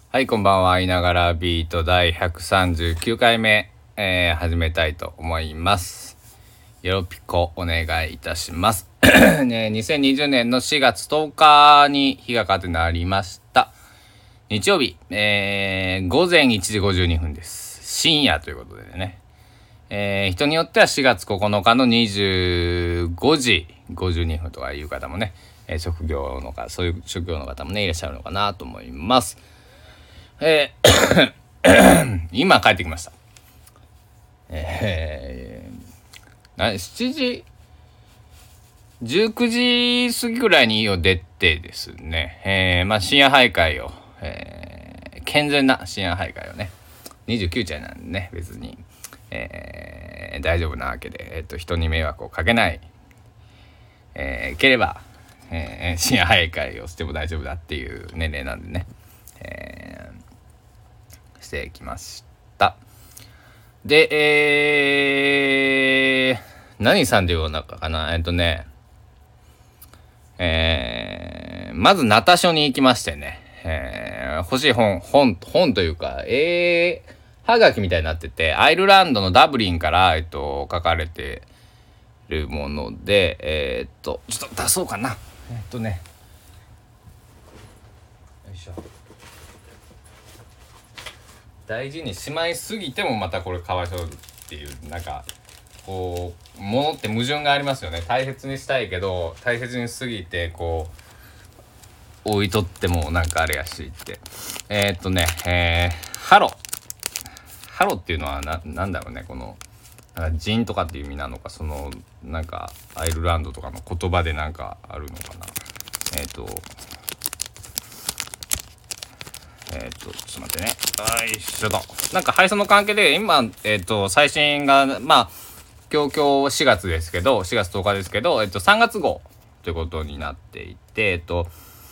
はい、こんばんは。いながらビート第139回目、始めたいと思います。よろぴこお願いいたします。ね、2020年の4月10日に日が変わってなりました。日曜日、午前1時52分です。深夜ということでね。人によっては4月9日の25時52分とかいう方もね、職業の方、そういう職業の方もね、いらっしゃるのかなと思います。今帰ってきました。7時19時過ぎぐらいに家を出てですね、深夜徘徊を、健全な深夜徘徊をね、29歳なんでね、別に、大丈夫なわけで、人に迷惑をかけない、ければ、深夜徘徊をしても大丈夫だっていう年齢なんでね、してきました。で、何さんでようなかな、まずナタ書に行きましてね、欲しい本というか、はがきみたいになってて、アイルランドのダブリンから、書かれてるもので、ちょっと出そうかな。よいしょ。大事にしまいすぎてもまたこれかわいそうっていう、なんかこう物って矛盾がありますよね。大切にしたいけど大切にしすぎてこう置いとってもなんかあれやしって。ハロっていうのはなんだろうね。この人とかっていう意味なのか、そのなんかアイルランドとかの言葉でなんかあるのかな。ちょっと待ってね。よいしょと。なんか配送の関係で今、最新が今日4月ですけど、4月10日ですけど、3月号ということになっていて、こ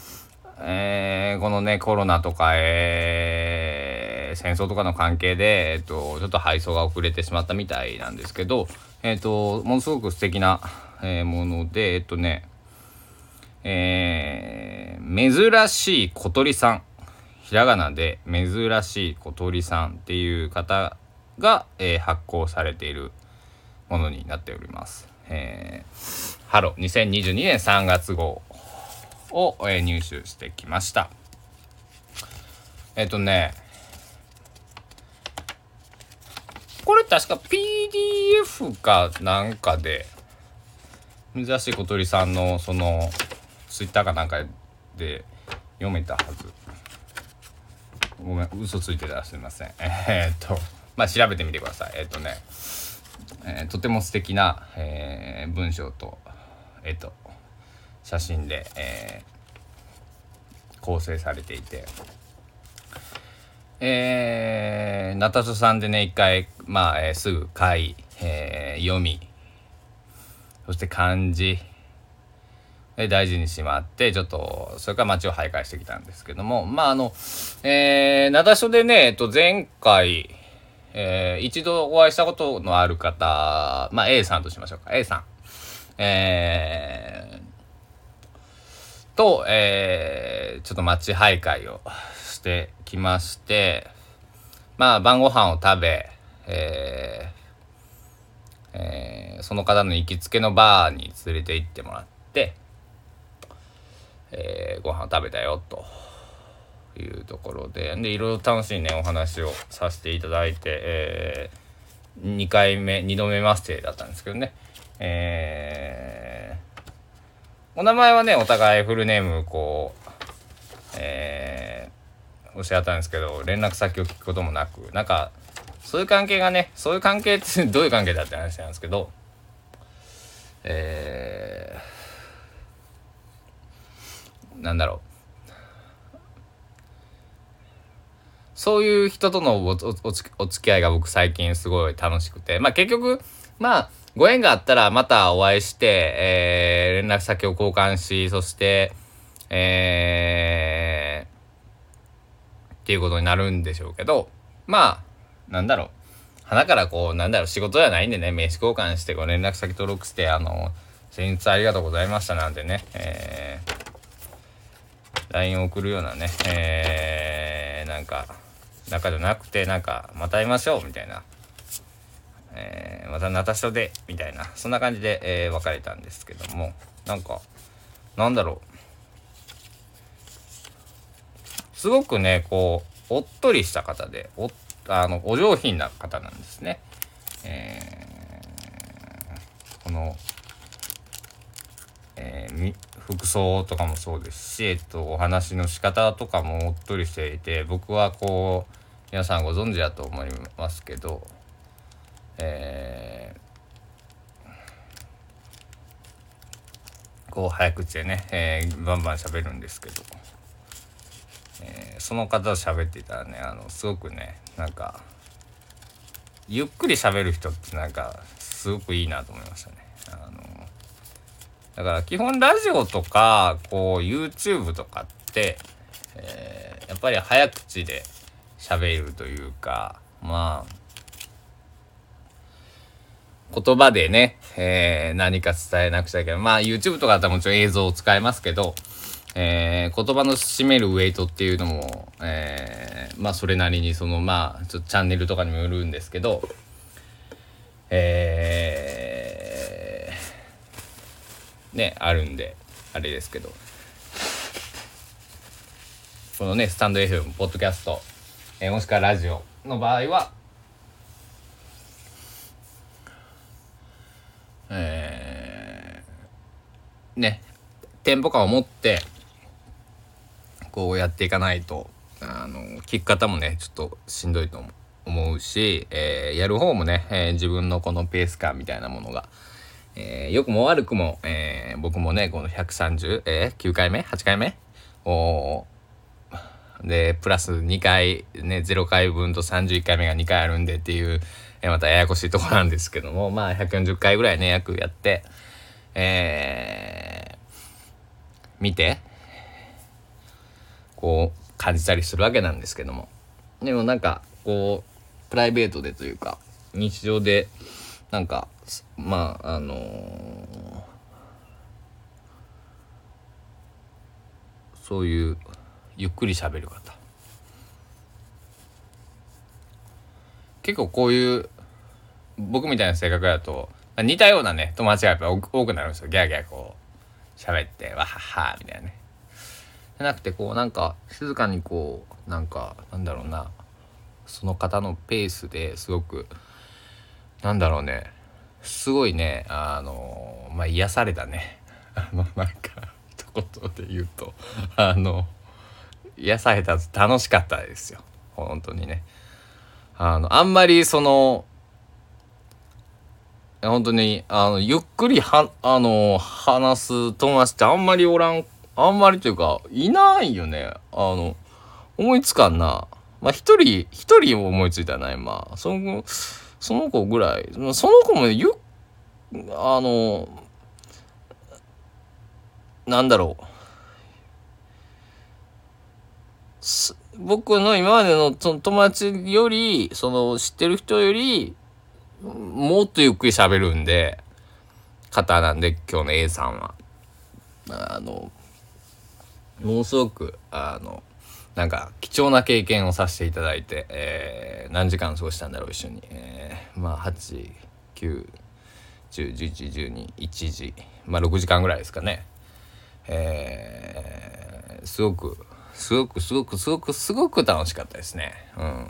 のねコロナとか、戦争とかの関係で、ちょっと配送が遅れてしまったみたいなんですけど、ものすごく素敵な、もので、珍しい小鳥さん、ひらがなで珍しい小鳥さんっていう方が、発行されているものになっております。ハロ2022年3月号を、入手してきました。これ確か PDF かなんかで珍しい小鳥さんのそのツイッターかなんかで読めたはず。ごめん、嘘ついてたらすみません。調べてみてください。とても素敵な、文章と写真で、構成されていて、ナタ書さんでね一回、すぐ買い、読み、そして漢字で大事にしまって、ちょっとそれから街を徘徊してきたんですけども、ナタ書でね、前回、一度お会いしたことのある方、A さんとしましょうか。A さん、と、ちょっと街徘徊をしてきまして、晩ご飯を食べ、その方の行きつけのバーに連れて行ってもらって、ご飯を食べたよというところで、いろいろ楽しいねお話をさせていただいて、2度目マステだったんですけどね、お名前はねお互いフルネームこう、おっしゃったんですけど、連絡先を聞くこともなく、なんかそういう関係がね、そういう関係ってどういう関係だって話なんですけど、なんだろう、そういう人とのお付き合いが僕最近すごい楽しくて、結局ご縁があったらまたお会いして、連絡先を交換し、そしてっていうことになるんでしょうけど、なんだろう、花からこう仕事じゃないんでね、名刺交換して連絡先登録して、先日ありがとうございましたなんてね、LINE を送るようなね、 なんか仲じゃなくて、なんかまた会いましょうみたいな、またナタショでみたいな、そんな感じで、別れたんですけども、なんかなんだろう、すごくねこうおっとりした方で、お上品な方なんですね。この、服装とかもそうですし、お話の仕方とかもおっとりしていて、僕はこう皆さんご存知だと思いますけど、こう早口でね、バンバン喋るんですけど、その方と喋っていたらね、すごくね、なんかゆっくり喋る人ってなんかすごくいいなと思いましたね。だから基本ラジオとかこう YouTube とかって、やっぱり早口で喋るというか、まあ言葉でね、何か伝えなくちゃいけない。まあ YouTube とかだったらもちろん映像を使えますけど、言葉の占めるウェイトっていうのも、まあそれなりにそのまあちょっとチャンネルとかにもよるんですけど、ねあるんであれですけど、このねスタンド FM ポッドキャスト、もしくはラジオの場合は、ねテンポ感を持ってこうやっていかないと、聞き方もねちょっとしんどいと思うし、やる方もね、自分のこのペース感みたいなものが、良くも悪くも、僕もねこの139回目8回目でプラス2回ね0回分と31回目が2回あるんでっていう、またややこしいところなんですけども、まあ140回ぐらいね約やって、見てこう感じたりするわけなんですけども、でもなんかこうプライベートでというか日常でなんかまあそういうゆっくり喋る方、結構こういう僕みたいな性格だと似たようなね友達がやっぱ多くなるんですよ。ギャーギャーこう喋ってわははみたいなね。じゃなくてこうなんか静かにこうなんかなんだろうな、その方のペースですごくなんだろうね、すごいねまあ癒されたねなんか一言で言うと癒された、楽しかったですよ本当にね。あんまりその本当にゆっくり話す友達ってあんまりおらん、あんまりというかいないよね。思いつかんな。まあ一人思いついたな今。その子ぐらい。その子もなんだろう。僕の今までのその友達より、その知ってる人より、もっとゆっくり喋るんで、方なんで、今日の A さんは。ものすごく、なんか貴重な経験をさせていただいて、何時間過ごしたんだろう一緒に、まあ8、9、10、11、12、1時、まあ6時間ぐらいですかね。すごく楽しかったですね。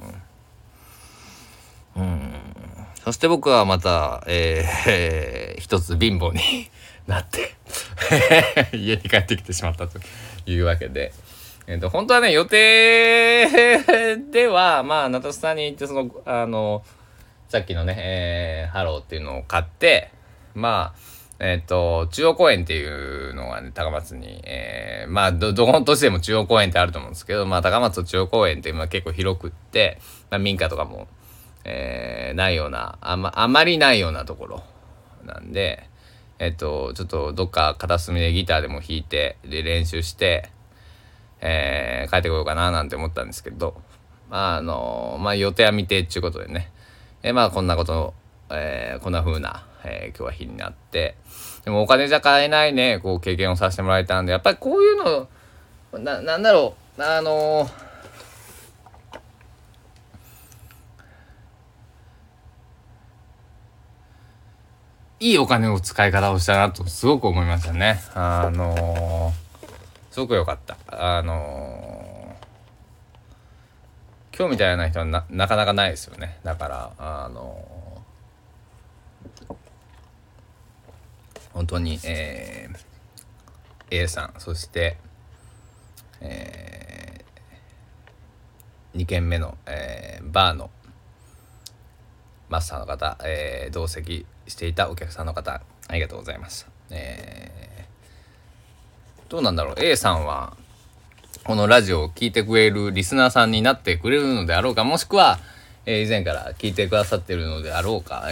そして僕はまた、一つ貧乏になって家に帰ってきてしまったというわけで、本当はね予定ではまあナタスさんに行ってそのさっきのね、ハローっていうのを買って、まあ中央公園っていうのがね高松に、まあどこの都市でも中央公園ってあると思うんですけど、まあ高松の中央公園って結構広くって、まあ、民家とかも、ないようなあまりないようなところなんで、ちょっとどっか片隅でギターでも弾いてで練習して、帰ってこようかななんて思ったんですけど、まあ予定は未定っていうことでね、まあこんなこと、こんな風な、今日は日になって、でもお金じゃ買えないねこう経験をさせてもらえたんで、やっぱりこういうのなんだろういいお金の使い方をしたなとすごく思いましたね。すごく良かった。今日みたいな人はなかなかないですよね。だから本当にA さん、そして、2軒目の、バーのマスターの方、同席していたお客さんの方、ありがとうございました。どうなんだろう、 A さんはこのラジオを聞いてくれるリスナーさんになってくれるのであろうか、もしくは、以前から聞いてくださっているのであろうか、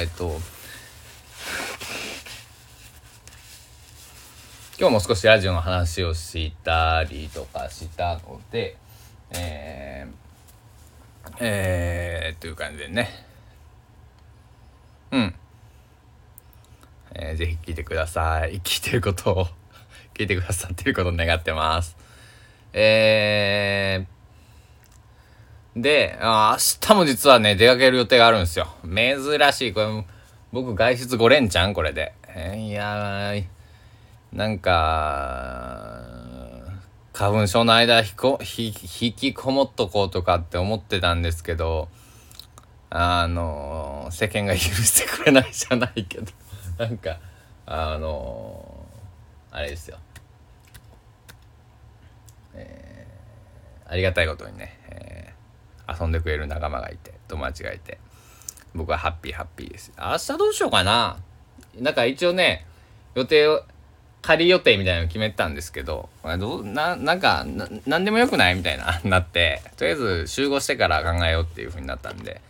今日も少しラジオの話をしたりとかしたので、という感じでね、ぜひ聞いてください。聞いてることを聞いてくださっていることを願ってます。で、明日も実はね、出かける予定があるんですよ。珍しい。これ、僕外出5連チャンこれで。いやー、なんか、花粉症の間引きこもっとこうとかって思ってたんですけど、世間が許してくれないじゃないけど、なんか、あれですよ。ありがたいことにね、遊んでくれる仲間がいて、友達がいて、僕はハッピーです。明日どうしようかな。なんか一応ね、仮予定みたいなの決めてたんですけど、なんでもよくないみたいななって、とりあえず集合してから考えようっていう風になったんで、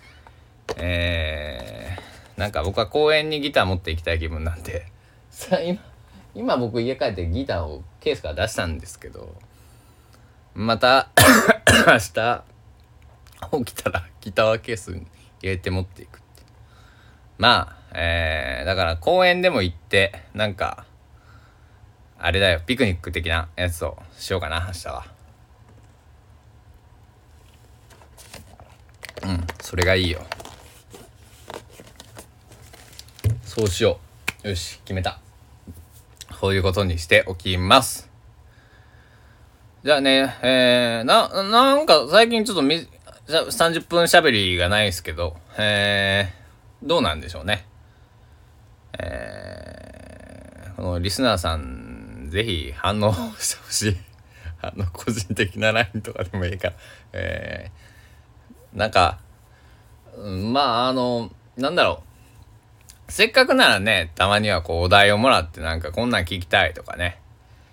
なんか僕は公園にギター持って行きたい気分なんで、今僕家帰ってギターをケースから出したんですけど、また明日起きたらギターはケースに入れて持っていくって。まあ、だから公園でも行ってなんかあれだよ、ピクニック的なやつをしようかな、明日は。それがいいよ。そうしよう。よし、決めた。そういうことにしておきます。じゃあね、なんか最近ちょっと30分喋りがないですけど、どうなんでしょうね。このリスナーさん、ぜひ反応してほしい。個人的な LINE とかでもいいから。なんか、なんだろう。せっかくならね、たまにはこうお題をもらってなんかこんなん聞きたいとかね。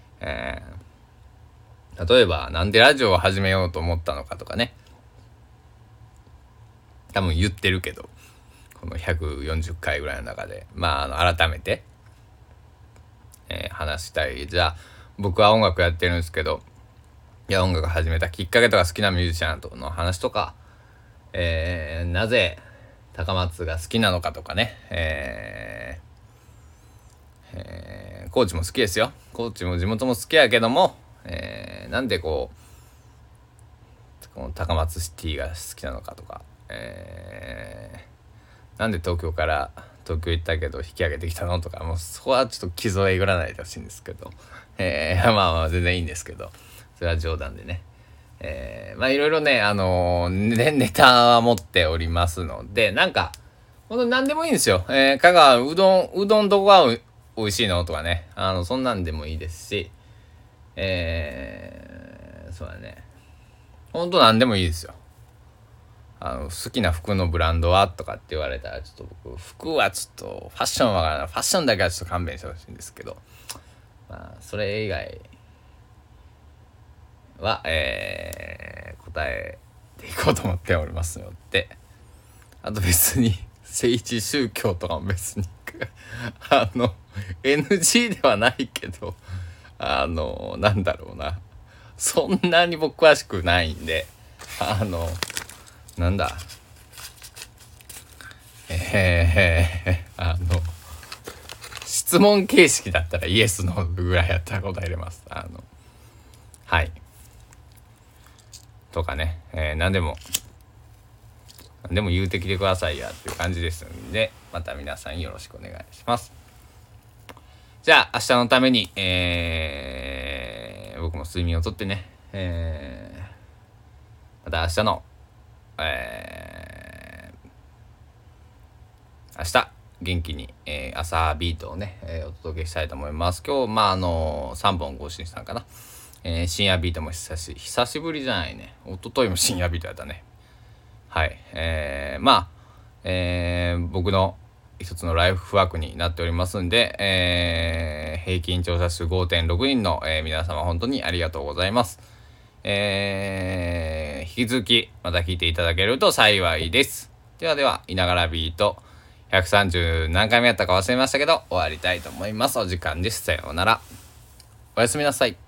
例えばなんでラジオを始めようと思ったのかとかね。多分言ってるけど、この140回ぐらいの中で、改めて、話したい。じゃあ僕は音楽やってるんですけど、音楽始めたきっかけとか好きなミュージシャンとの話とか、なぜ高松が好きなのかとかね、高知も好きですよ。高知も地元も好きやけども、なんでこの高松シティが好きなのかとか、なんで東京行ったけど引き上げてきたのとか、もうそこはちょっと傷をえぐらないでほしいんですけど、全然いいんですけど、それは冗談でね。いろいろね、ネタは持っておりますので、なんかほんと何でもいいんですよ。香川うどんどこが美味しいのとかね、そんなんでもいいですし、そうだね、ほんと何でもいいですよ。好きな服のブランドはとかって言われたら、ちょっと僕服はちょっとファッションはからない、ファッションだけはちょっと勘弁してほしいんですけど、それ以外は、答えていこうと思っておりますので、あと別に政治宗教とかも別にNG ではないけど、なんだろうな、そんなに僕詳しくないんで、なんだ、質問形式だったらイエスのぐらいやったら答えれます。はいとかね、何でも言うてきてくださいやっていう感じですので、また皆さんよろしくお願いします。 じゃあ明日のために、僕も睡眠をとってね、また明日の、明日元気に、朝ビートをね、お届けしたいと思います。今日3本更新したんかな。深夜ビートも久しぶりじゃないね。一昨日も深夜ビートやったね。はい。僕の一つのライフワークになっておりますんで、平均聴者数 5.6 人の、皆様本当にありがとうございます。引き続きまた聞いていただけると幸いです。ではでは、いながらビート130何回目やったか忘れましたけど終わりたいと思います。お時間です。さようなら。おやすみなさい。